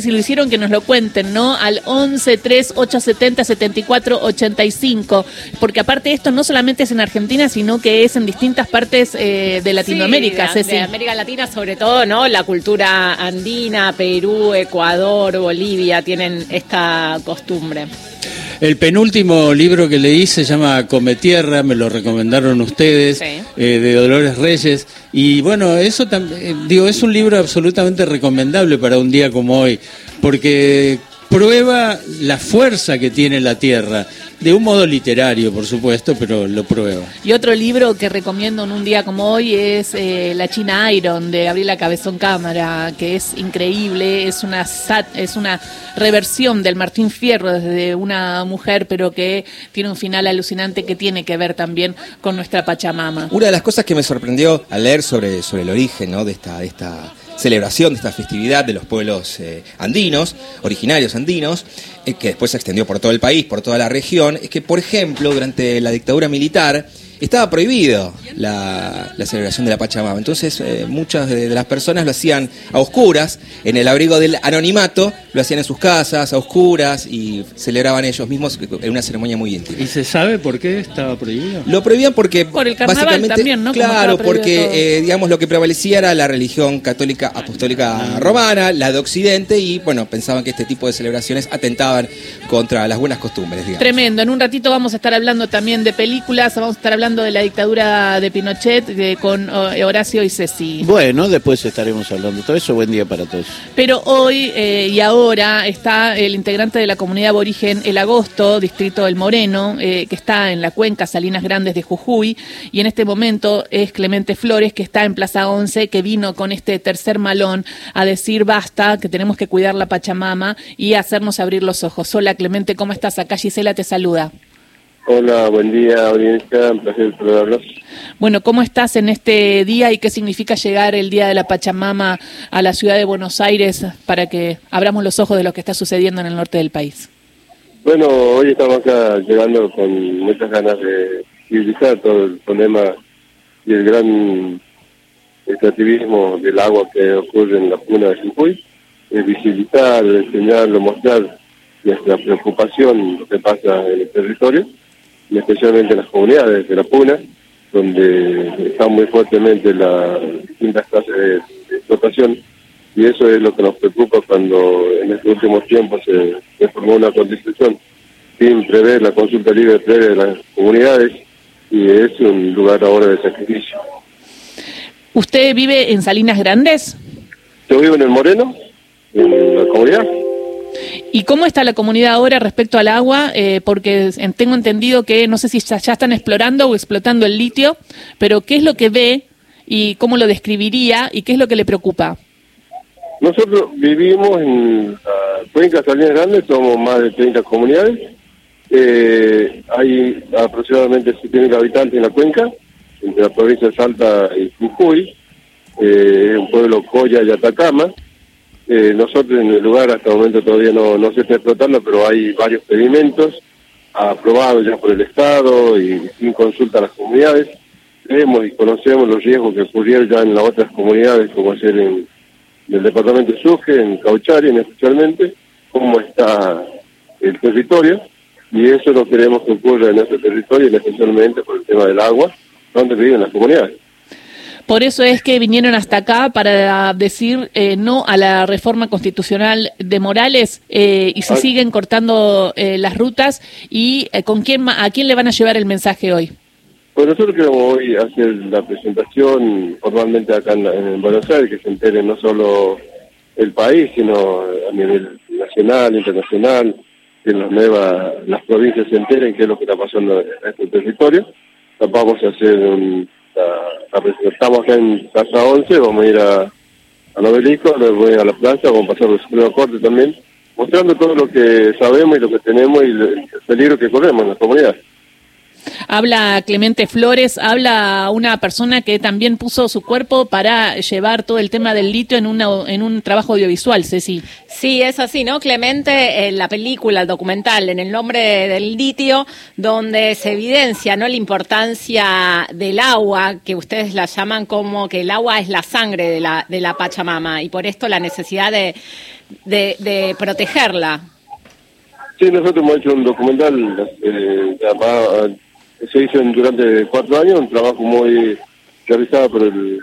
si lo hicieron, que nos lo cuenten, ¿no? Al 11-3870-7485, porque aparte esto no solamente es en Argentina, sino que es en distintas partes de Latinoamérica, sí, de América Latina sobre todo, ¿no? La cultura andina, Perú, Ecuador, Bolivia tienen esta costumbre. El penúltimo libro que leí se llama Cometierra, me lo recomendaron ustedes, Sí. De Dolores Reyes. Y bueno, eso también, es un libro absolutamente recomendable para un día como hoy, porque prueba la fuerza que tiene la tierra, de un modo literario, por supuesto, pero lo prueba. Y otro libro que recomiendo en un día como hoy es La China Iron, de Gabriela Cabezón Cámara, que es increíble, es una reversión del Martín Fierro desde una mujer, pero que tiene un final alucinante que tiene que ver también con nuestra Pachamama. Una de las cosas que me sorprendió al leer sobre el origen, ¿no?, de esta celebración, de esta festividad de los pueblos andinos, originarios andinos, que después se extendió por todo el país, por toda la región, es que, por ejemplo, durante la dictadura militar estaba prohibido la celebración de la Pachamama. Entonces muchas de las personas lo hacían a oscuras, en el abrigo del anonimato, lo hacían en sus casas, a oscuras, y celebraban ellos mismos en una ceremonia muy íntima. ¿Y se sabe por qué estaba prohibido? Lo prohibían porque por el carnaval básicamente, también, ¿no? claro, porque digamos lo que prevalecía era la religión católica apostólica romana, la de Occidente, y bueno, pensaban que este tipo de celebraciones atentaban contra las buenas costumbres, digamos. Tremendo. En un ratito vamos a estar hablando también de películas, vamos a estar hablando de la dictadura de Pinochet con Horacio y Ceci. Bueno, después estaremos hablando de todo eso. Buen día para todos. Pero hoy y ahora está el integrante de la comunidad aborigen El Agosto, distrito del Moreno, que está en la cuenca Salinas Grandes de Jujuy, y en este momento es Clemente Flores, que está en Plaza 11, que vino con este tercer malón a decir basta, que tenemos que cuidar la Pachamama y hacernos abrir los ojos. Hola Clemente, ¿cómo estás? Acá Gisela te saluda. Hola, buen día, audiencia, un placer saludarlos. Bueno, ¿cómo estás en este día y qué significa llegar el Día de la Pachamama a la ciudad de Buenos Aires para que abramos los ojos de lo que está sucediendo en el norte del país? Bueno, hoy estamos acá llegando con muchas ganas de visibilizar todo el problema y el gran extractivismo del agua que ocurre en la puna de Jujuy, visibilizar, enseñarlo, mostrar nuestra preocupación lo que pasa en el territorio, y especialmente en las comunidades de la puna, donde están muy fuertemente las distintas clases de explotación, y eso es lo que nos preocupa cuando en estos últimos tiempos se formó una constitución sin prever la consulta libre previa de las comunidades, y es un lugar ahora de sacrificio. ¿Usted vive en Salinas Grandes? Yo vivo en el Moreno, en la comunidad. ¿Y cómo está la comunidad ahora respecto al agua? Porque tengo entendido que no sé si ya están explorando o explotando el litio, pero ¿qué es lo que ve y cómo lo describiría y qué es lo que le preocupa? Nosotros vivimos en la cuenca Salinas Grandes, somos más de 30 comunidades, hay aproximadamente 7.000 habitantes en la cuenca, entre la provincia de Salta y Jujuy, un pueblo Coya y Atacama. Nosotros en el lugar hasta el momento todavía no se está explotando, pero hay varios pedimentos aprobados ya por el Estado y sin consulta a las comunidades. Vemos y conocemos los riesgos que ocurrieron ya en las otras comunidades, como es en el departamento de Sucre, en Cauchari especialmente, cómo está el territorio, y eso no queremos que ocurra en nuestro territorio, y especialmente por el tema del agua, donde viven las comunidades. Por eso es que vinieron hasta acá para decir no a la reforma constitucional de Morales y se siguen cortando las rutas. ¿Y a quién le van a llevar el mensaje hoy? Pues nosotros queremos hoy hacer la presentación formalmente acá en Buenos Aires, que se entere no solo el país, sino a nivel nacional, internacional, que las provincias se enteren qué es lo que está pasando en este territorio. Vamos a hacer estamos acá en Plaza 11, vamos a ir al obelisco, luego voy a la plaza, vamos a pasar por el Supremo Corte también, mostrando todo lo que sabemos y lo que tenemos y el peligro que corremos en la comunidad. Habla Clemente Flores, habla una persona que también puso su cuerpo para llevar todo el tema del litio en un trabajo audiovisual, Ceci. Sí, es así, ¿no, Clemente? En la película, el documental, en el nombre del litio, donde se evidencia, ¿no?, la importancia del agua, que ustedes la llaman como que el agua es la sangre de la Pachamama, y por esto la necesidad de de protegerla. Sí, nosotros hemos hecho un documental llamado, se hizo durante 4 años, un trabajo muy realizado por los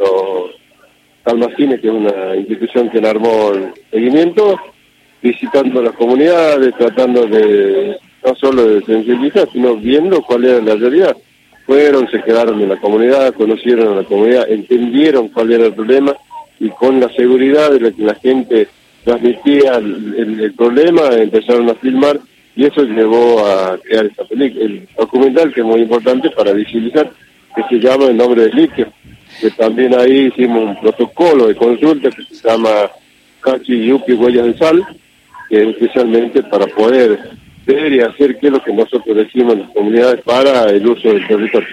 Almacines, que es una institución que armó el seguimiento, visitando las comunidades, tratando de no solo de sensibilizar, sino viendo cuál era la realidad. Fueron, se quedaron en la comunidad, conocieron a la comunidad, entendieron cuál era el problema y con la seguridad de la que la gente transmitía el problema, empezaron a filmar y eso llevó a crear esta película, el documental, que es muy importante para visibilizar, que se llama El nombre del litio, que también ahí hicimos un protocolo de consulta que se llama Cachi Yupi Huellas de Sal, que es especialmente para poder ver y hacer qué es lo que nosotros decimos en las comunidades para el uso del territorio.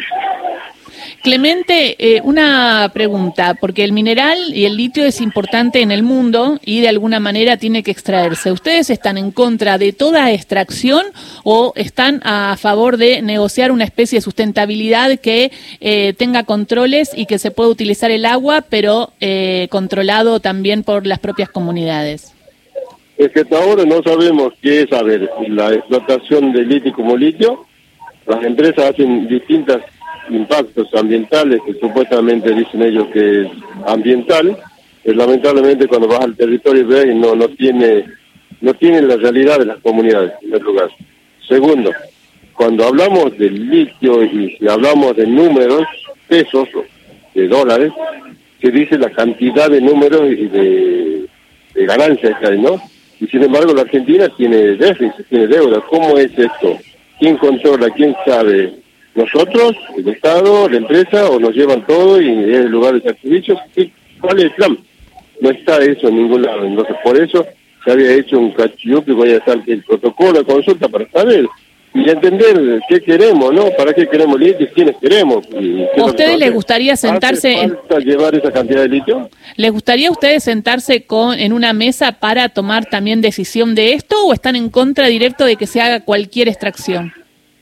Clemente, una pregunta, porque el mineral y el litio es importante en el mundo y de alguna manera tiene que extraerse. ¿Ustedes están en contra de toda extracción o están a favor de negociar una especie de sustentabilidad que tenga controles y que se pueda utilizar el agua, pero controlado también por las propias comunidades? Es que hasta ahora no sabemos qué es, la explotación del litio como litio. Las empresas hacen distintos impactos ambientales que supuestamente dicen ellos que es ambiental, pero lamentablemente cuando vas al territorio ves y no tiene la realidad de las comunidades en primer lugar. Segundo, cuando hablamos del litio y si hablamos de números, pesos, de dólares, se dice la cantidad de números y de ganancias que hay, ¿no? Y sin embargo la Argentina tiene déficit, tiene deuda. ¿Cómo es esto? ¿Quién controla? ¿Quién sabe? ¿Nosotros, el Estado, la empresa, o nos llevan todo y es el lugar de sacrificios? ¿Cuál es el plan? No está eso en ningún lado. Entonces, por eso se había hecho un cachillo que vaya a estar el protocolo de consulta para saber y entender qué queremos, ¿no? ¿Para qué queremos litio? ¿Quiénes queremos? ¿A ustedes les gustaría sentarse ¿Hace falta llevar esa cantidad de litio? ¿Les gustaría a ustedes sentarse en una mesa para tomar también decisión de esto o están en contra directo de que se haga cualquier extracción?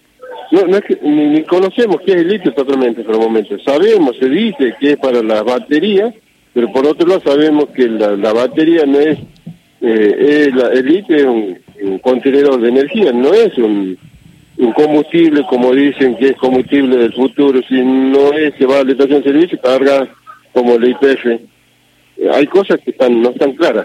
No es que ni conocemos qué es el litio totalmente por el momento. Sabemos, se dice que es para la batería, pero por otro lado sabemos que la batería no es, el litio es un contenedor de energía, no es un combustible como dicen que es combustible del futuro, si no es que va a la estación de servicio y carga como el YPF. Hay cosas que no están claras.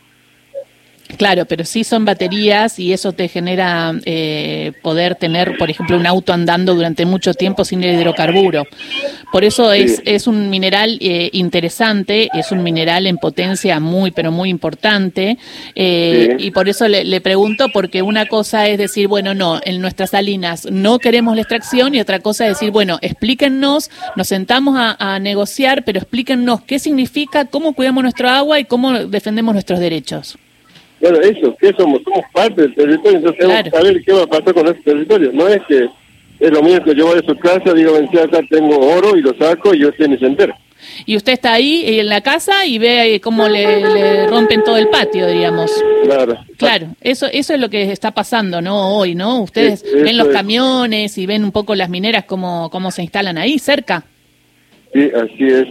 Claro, pero sí son baterías y eso te genera poder tener, por ejemplo, un auto andando durante mucho tiempo sin hidrocarburo. Por eso es un mineral interesante, es un mineral en potencia muy, pero muy importante. Y por eso le pregunto, porque una cosa es decir, bueno, no, en nuestras salinas no queremos la extracción y otra cosa es decir, bueno, explíquennos, nos sentamos a negociar, pero explíquennos qué significa, cómo cuidamos nuestro agua y cómo defendemos nuestros derechos. Bueno, eso, que somos parte del territorio, entonces tenemos que saber qué va a pasar con ese territorio. No es que es lo mismo que yo voy a su casa, digo, ven, acá tengo oro y lo saco y yo estoy ni se entera. Y usted está ahí en la casa y ve cómo le rompen todo el patio, diríamos. Claro, eso es lo que está pasando, ¿no? Hoy, ¿no? Ustedes ven los camiones y ven un poco las mineras cómo se instalan ahí, cerca. Sí, así es.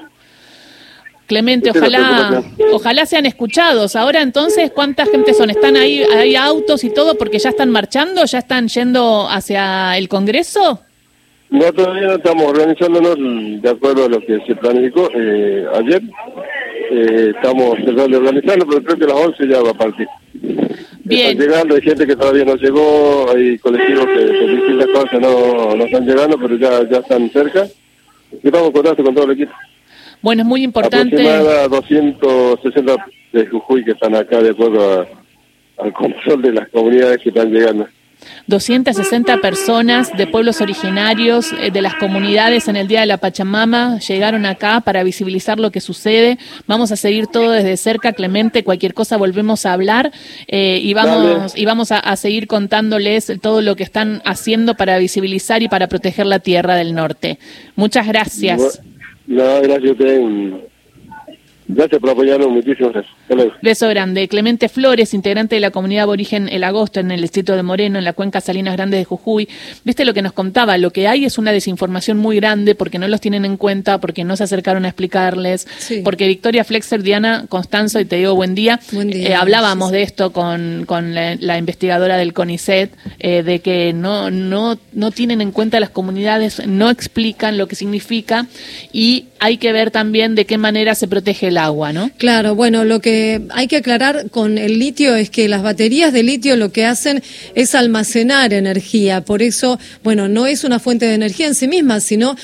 Clemente, ojalá sean escuchados. Ahora entonces, ¿cuánta gente son? ¿Están ahí, hay autos y todo porque ya están marchando? ¿Ya están yendo hacia el Congreso? No, todavía no estamos organizándonos de acuerdo a lo que se planificó ayer. Estamos tratando de organizarlo, pero creo que a las 11 ya va a partir. Bien. Están llegando, hay gente que todavía no llegó, hay colectivos que por distintas cosas no están llegando, pero ya están cerca. Y vamos en contacto con todo el equipo. Bueno, es muy importante. Aproximada 260 de Jujuy que están acá de acuerdo al control de las comunidades que están llegando. 260 personas de pueblos originarios de las comunidades en el Día de la Pachamama llegaron acá para visibilizar lo que sucede. Vamos a seguir todo desde cerca, Clemente. Cualquier cosa volvemos a hablar y vamos a seguir contándoles todo lo que están haciendo para visibilizar y para proteger la tierra del norte. Muchas gracias. No, gracias a usted. Gracias por apoyarnos, muchísimas gracias. Hasta luego. Beso grande. Clemente Flores, integrante de la comunidad aborigen El Agosto en el distrito de Moreno, en la cuenca Salinas Grandes de Jujuy. Viste lo que nos contaba, lo que hay es una desinformación muy grande porque no los tienen en cuenta, porque no se acercaron a explicarles, Sí. porque Victoria Flexer, Diana Constanzo, y te digo buen día, Buen día. hablábamos Sí, sí. de esto con la investigadora del CONICET, de que no tienen en cuenta las comunidades, no explican lo que significa, y hay que ver también de qué manera se protege el agua, ¿no? Claro, bueno, lo que hay que aclarar con el litio es que las baterías de litio lo que hacen es almacenar energía. Por eso, bueno, no es una fuente de energía en sí misma, sino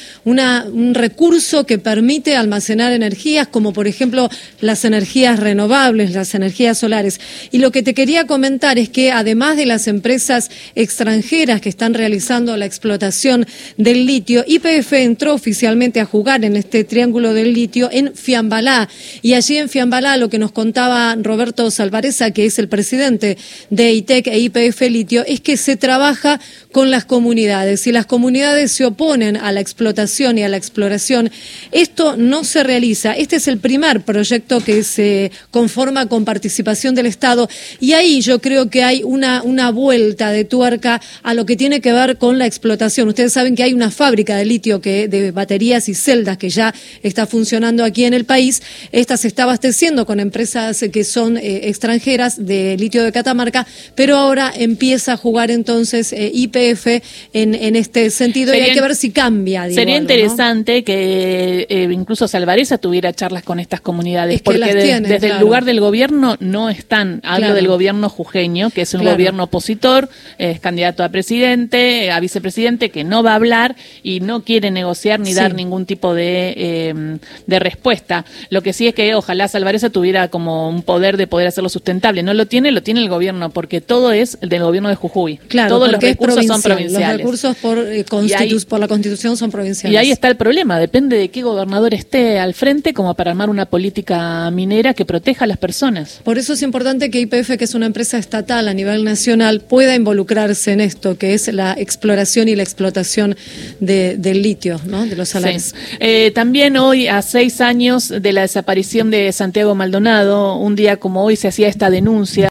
un recurso que permite almacenar energías, como por ejemplo las energías renovables, las energías solares. Y lo que te quería comentar es que además de las empresas extranjeras que están realizando la explotación del litio, YPF entró oficialmente a jugar en este triángulo del litio en Fiambalá. Y allí en Fiambalá lo que nos contaba Roberto Salvareza, que es el presidente de ITEC e YPF Litio, es que se trabaja con las comunidades. Si las comunidades se oponen a la explotación y a la exploración, esto no se realiza. Este es el primer proyecto que se conforma con participación del Estado, y ahí yo creo que hay una vuelta de tuerca a lo que tiene que ver con la explotación. Ustedes saben que hay una fábrica de litio de baterías y celdas que ya está funcionando aquí en el país. Esta se está abasteciendo con empresas que son extranjeras de litio de Catamarca, pero ahora empieza a jugar entonces YPF en este sentido, y hay que ver si cambia. Sería algo, interesante, ¿no?, que incluso Salvareza tuviera charlas con estas comunidades, Es que porque las tienen, desde el claro. lugar del gobierno no están. Hablo Claro. del gobierno jujeño, que es un Claro. gobierno opositor, es candidato a presidente, a vicepresidente, que no va a hablar y no quiere negociar ni Sí. dar ningún tipo de respuesta. Lo que sí es que ojalá Salvareza tuviera como un poder de poder hacerlo sustentable. No lo tiene el gobierno, porque todo es del gobierno de Jujuy. Claro, todos los porque es recursos son provincial. provinciales. Los recursos por la Constitución son provinciales. Y ahí está el problema, depende de qué gobernador esté al frente como para armar una política minera que proteja a las personas. Por eso es importante que YPF, que es una empresa estatal a nivel nacional, pueda involucrarse en esto, que es la exploración y la explotación del litio, ¿no?, de los salares. Sí. También hoy, a 6 años de la desaparición de Santiago Maldonado, un día como hoy se hacía esta denuncia.